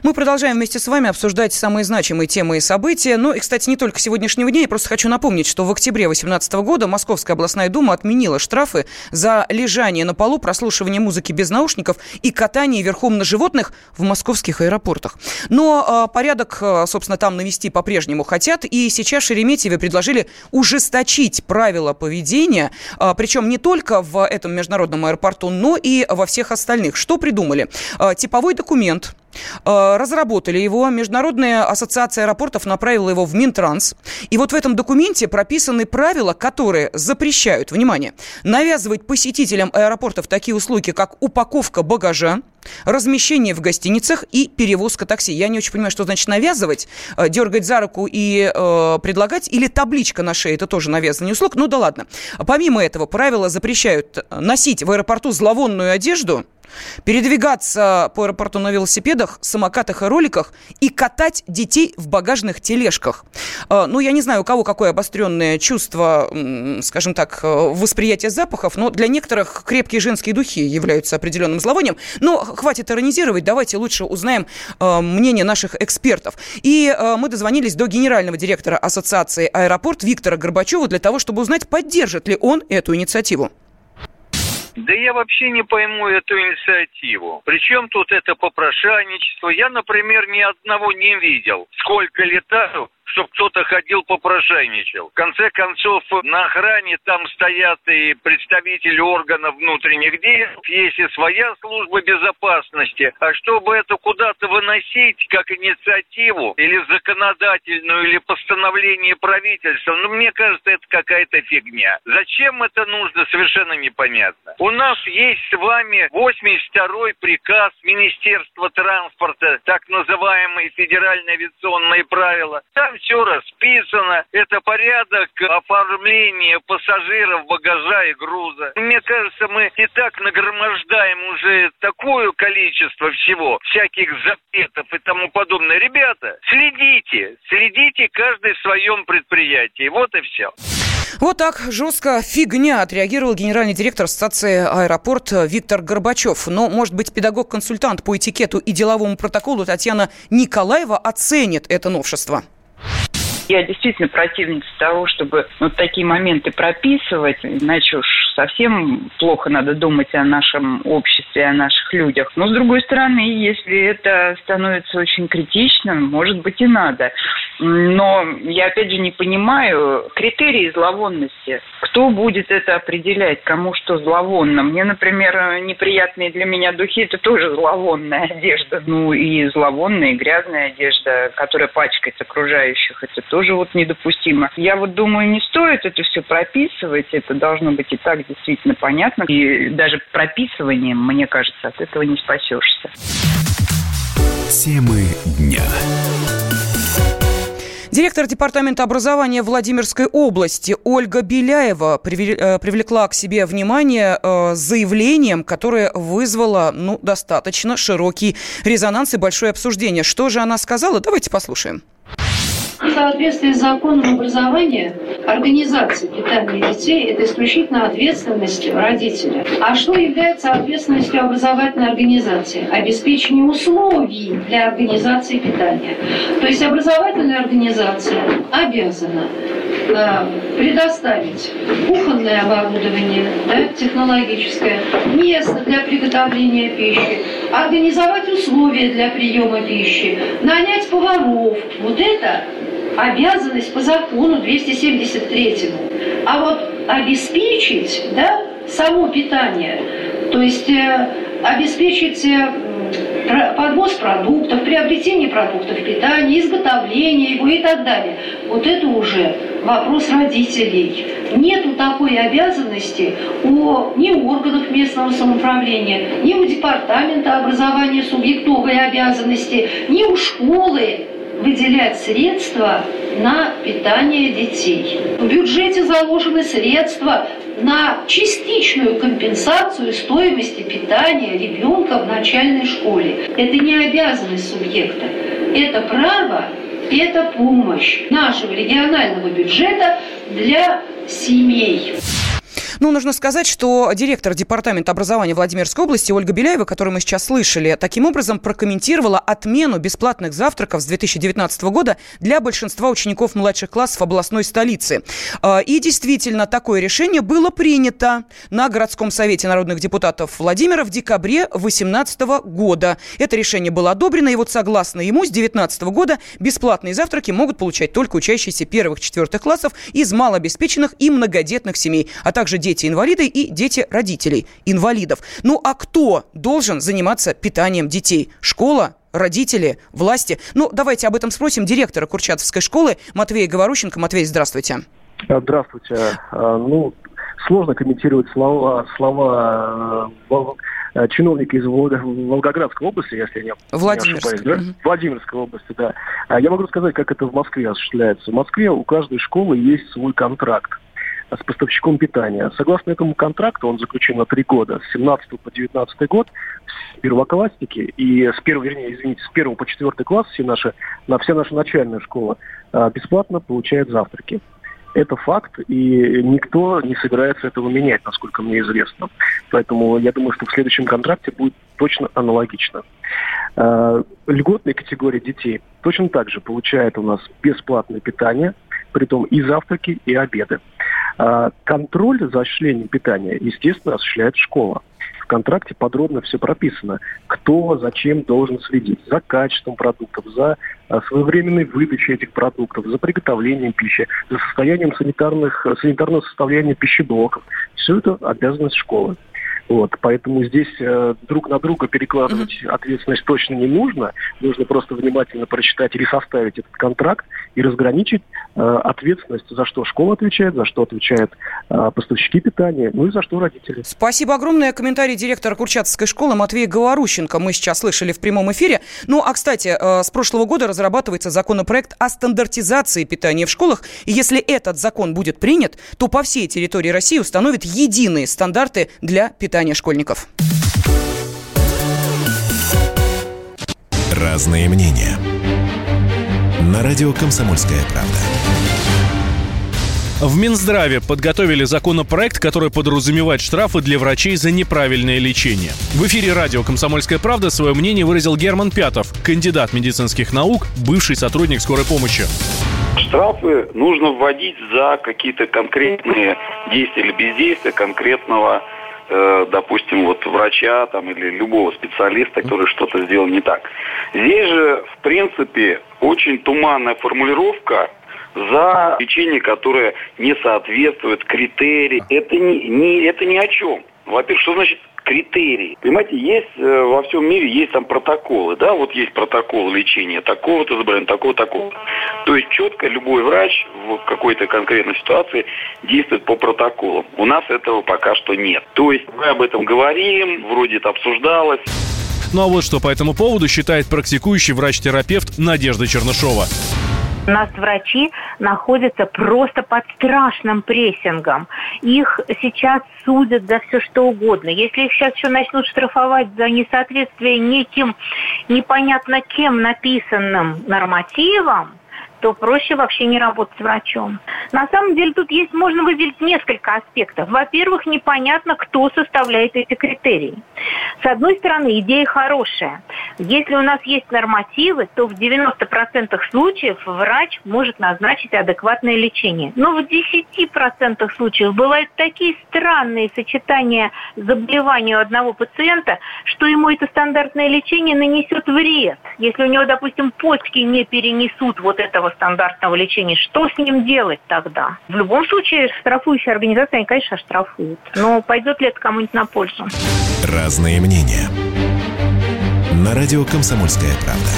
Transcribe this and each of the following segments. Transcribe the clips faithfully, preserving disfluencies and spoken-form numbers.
Мы продолжаем вместе с вами обсуждать самые значимые темы и события. Ну и, кстати, не только сегодняшнего дня. Я просто хочу напомнить, что в октябре две тысячи восемнадцатого года Московская областная дума отменила штрафы за лежание на полу, прослушивание музыки без наушников и катание верхом на животных в московских аэропортах. Но э, порядок, э, собственно, там навести по-прежнему хотят. И сейчас в Шереметьеве предложили ужесточить правила поведения, э, причем не только в этом международном аэропорту, но и во всех остальных. Что придумали? Э, типовой документ. Разработали его. Международная ассоциация аэропортов направила его в Минтранс. И вот в этом документе прописаны правила, которые запрещают, внимание, навязывать посетителям аэропортов такие услуги, как упаковка багажа, размещение в гостиницах и перевозка такси. Я не очень понимаю, что значит навязывать, дергать за руку и э, предлагать, или табличка на шее, это тоже навязывание услуг. Ну да ладно. Помимо этого, правила запрещают носить в аэропорту зловонную одежду, передвигаться по аэропорту на велосипедах, самокатах и роликах и катать детей в багажных тележках. Ну, я не знаю, у кого какое обостренное чувство, скажем так, восприятия запахов, но для некоторых крепкие женские духи являются определенным зловонием. Но хватит иронизировать, давайте лучше узнаем мнение наших экспертов. И мы дозвонились до генерального директора Ассоциации «Аэропорт» Виктора Горбачева для того, чтобы узнать, поддержит ли он эту инициативу. Да я вообще не пойму эту инициативу. Причем тут это попрошайничество? Я, например, ни одного не видел. Сколько летаю, чтобы кто-то ходил попрошайничал. В конце концов, на охране там стоят и представители органов внутренних дел, есть и своя служба безопасности. А чтобы это куда-то выносить как инициативу, или законодательную, или постановление правительства, ну, мне кажется, это какая-то фигня. Зачем это нужно, совершенно непонятно. У нас есть с вами восемьдесят второй приказ Министерства транспорта, так называемые федеральные авиационные правила. Там все расписано. Это порядок оформления пассажиров, багажа и груза. Мне кажется, мы и так нагромождаем уже такое количество всего, всяких запретов и тому подобное. Ребята, следите, следите каждый в своем предприятии. Вот и все. Вот так жестко фигня отреагировал генеральный директор Ассоциации «Аэропорт» Виктор Горбачев. Но, может быть, педагог-консультант по этикету и деловому протоколу Татьяна Николаева оценит это новшество. Я действительно противница того, чтобы вот такие моменты прописывать, иначе уж совсем плохо надо думать о нашем обществе, о наших людях. Но, с другой стороны, если это становится очень критичным, может быть, и надо. Но я, опять же, не понимаю критерии зловонности. Кто будет это определять, кому что зловонно? Мне, например, неприятные для меня духи – это тоже зловонная одежда. Ну и зловонная, и грязная одежда, которая пачкает окружающих, это тоже вот недопустимо. Я вот думаю, не стоит это все прописывать, это должно быть и так действительно понятно. И даже прописыванием, мне кажется, от этого не спасешься. Темы дня. Директор департамента образования Владимирской области Ольга Беляева привлекла к себе внимание заявлением, которое вызвало, ну, достаточно широкий резонанс и большое обсуждение. Что же она сказала? Давайте послушаем. В соответствии с законом образования, организация питания детей – это исключительно ответственность родителя. А что является ответственностью образовательной организации? Обеспечение условий для организации питания. То есть образовательная организация обязана э, предоставить кухонное оборудование, да, технологическое, место для приготовления пищи, организовать условия для приема пищи, нанять поваров. Вот это обязанность по закону двести семьдесят третьему. А вот обеспечить, да, само питание, то есть э, обеспечить э, подвоз продуктов, приобретение продуктов питания, изготовление его и так далее. Вот это уже вопрос родителей. Нету такой обязанности у ни у органов местного самоуправления, ни у департамента образования субъектовой обязанности, ни у школы выделять средства на питание детей. В бюджете заложены средства на частичную компенсацию стоимости питания ребенка в начальной школе. Это не обязанность субъекта, это право, это помощь нашего регионального бюджета для семей. Ну, нужно сказать, что директор департамента образования Владимирской области Ольга Беляева, которую мы сейчас слышали, таким образом прокомментировала отмену бесплатных завтраков с две тысячи девятнадцатого года для большинства учеников младших классов областной столицы. И действительно, такое решение было принято на городском совете народных депутатов Владимира в декабре две тысячи восемнадцатого года. Это решение было одобрено, и вот согласно ему с две тысячи девятнадцатого года бесплатные завтраки могут получать только учащиеся первых-четвертых классов из малообеспеченных и многодетных семей, а также дети-инвалиды и дети родителей инвалидов. Ну а кто должен заниматься питанием детей? Школа? Родители? Власти? Ну, давайте об этом спросим директора Курчатовской школы Матвея Говорущенко. Матвей, здравствуйте. Здравствуйте. Ну, сложно комментировать слова, слова чиновника из Волгоградской области, если я не ошибаюсь. Да? Угу. Владимирской области, да. Я могу сказать, как это в Москве осуществляется. В Москве у каждой школы есть свой контракт с поставщиком питания. Согласно этому контракту, он заключен на три года, с семнадцатого по девятнадцатый год, первоклассники, и с первого, вернее, извините, с первого по четвертый класс все наши, на вся наша начальная школа бесплатно получает завтраки. Это факт, и никто не собирается этого менять, насколько мне известно. Поэтому я думаю, что в следующем контракте будет точно аналогично. Льготные категории детей точно так же получают у нас бесплатное питание, притом и завтраки, и обеды. Контроль за осуществлением питания, естественно, осуществляет школа. В контракте подробно все прописано, кто зачем должен следить за качеством продуктов, за своевременной выдачей этих продуктов, за приготовлением пищи, за состоянием санитарных, санитарного состояния пищеблоков. Все это обязанность школы. Вот, поэтому здесь э, друг на друга перекладывать mm-hmm. ответственность точно не нужно. Нужно просто внимательно прочитать или составить этот контракт и разграничить э, ответственность, за что школа отвечает, за что отвечают э, поставщики питания, ну и за что родители. Спасибо огромное. Комментарий директора Курчатовской школы Матвея Говорущенко мы сейчас слышали в прямом эфире. Ну, а, кстати, э, с прошлого года разрабатывается законопроект о стандартизации питания в школах. И если этот закон будет принят, то по всей территории России установят единые стандарты для питания школьников. Разные мнения. На радио «Комсомольская правда». В Минздраве подготовили законопроект, который подразумевает штрафы для врачей за неправильное лечение. В эфире радио «Комсомольская правда» свое мнение выразил Герман Пятов, кандидат медицинских наук, бывший сотрудник скорой помощи. Штрафы нужно вводить за какие-то конкретные действия или бездействия конкретного, э, допустим, вот врача там, или любого специалиста, который что-то сделал не так. Здесь же, в принципе, очень туманная формулировка за лечение, которое не соответствует критериям. Это не, не, это ни о чем. Во-первых, что значит критерии? Понимаете, есть э, во всем мире есть там протоколы, да, вот есть протокол лечения такого-то заболевания, такого, такого. То есть четко любой врач в какой-то конкретной ситуации действует по протоколам. У нас этого пока что нет. То есть мы об этом говорим, вроде это обсуждалось. Ну а вот что по этому поводу считает практикующий врач-терапевт Надежда Чернышова. У нас врачи находятся просто под страшным прессингом. Их сейчас судят за все что угодно. Если их сейчас еще начнут штрафовать за несоответствие неким непонятно кем написанным нормативам, то проще вообще не работать с врачом. На самом деле тут есть, можно выделить несколько аспектов. Во-первых, непонятно, кто составляет эти критерии. С одной стороны, идея хорошая. Если у нас есть нормативы, то в девяноста процентах случаев врач может назначить адекватное лечение. Но в десяти процентах случаев бывают такие странные сочетания заболеваний у одного пациента, что ему это стандартное лечение нанесет вред. Если у него, допустим, почки не перенесут вот этого стандартного лечения, что с ним делать тогда? В любом случае, штрафующие организации, они, конечно, штрафуют. Но пойдет ли это кому-нибудь на пользу? Разные мнения. На радио «Комсомольская правда».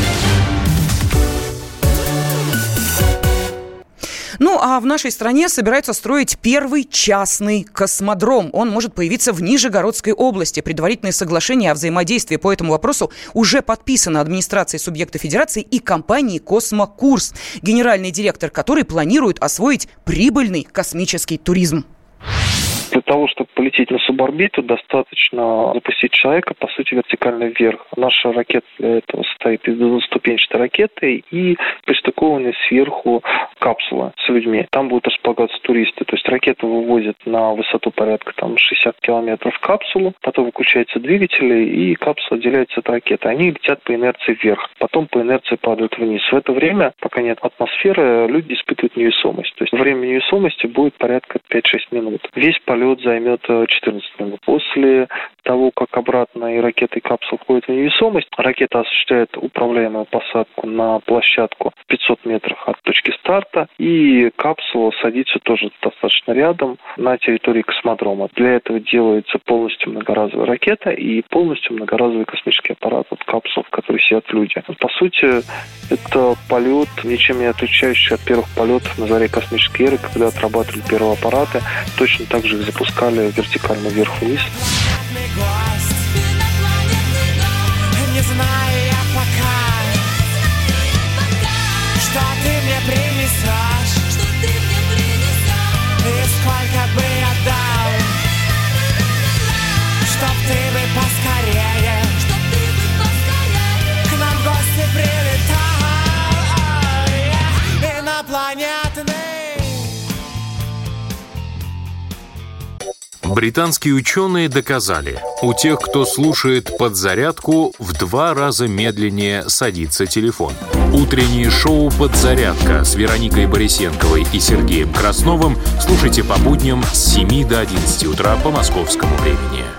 Ну, а в нашей стране собираются строить первый частный космодром. Он может появиться в Нижегородской области. Предварительное соглашение о взаимодействии по этому вопросу уже подписано администрацией субъекта федерации и компанией «Космокурс», генеральный директор которой планирует освоить прибыльный космический туризм. Для того, чтобы полететь на суборбиту, достаточно запустить человека, по сути, вертикально вверх. Наша ракета для этого состоит из двухступенчатой ракеты и пристыкованной сверху капсула с людьми. Там будут располагаться туристы. То есть ракету вывозят на высоту порядка там шестьдесят километров капсулу, потом выключаются двигатели, и капсула отделяется от ракеты. Они летят по инерции вверх, потом по инерции падают вниз. В это время, пока нет атмосферы, люди испытывают невесомость. То есть время невесомости будет порядка пять-шесть минут. Весь полет займет четырнадцать минут. После того, как обратно и ракета, и капсула входят в невесомость, ракета осуществляет управляемую посадку на площадку в пятьсот метрах от точки старта, и капсула садится тоже достаточно рядом на территории космодрома. Для этого делается полностью многоразовая ракета и полностью многоразовый космический аппарат, вот капсул, в которой сидят люди. По сути, это полет, ничем не отличающийся от первых полетов на заре космической эры, когда отрабатывали первые аппараты, точно так же их запускали вертикально вверх-вниз. Не знаю я пока, что ты мне принесешь, и сколько бы я дал, чтоб ты бы поскорее к нам в гости прилетал, инопланетный. Британские ученые доказали, у тех, кто слушает «Подзарядку», в два раза медленнее садится телефон. Утреннее шоу «Подзарядка» с Вероникой Борисенковой и Сергеем Красновым слушайте по будням с семи до одиннадцати утра по московскому времени.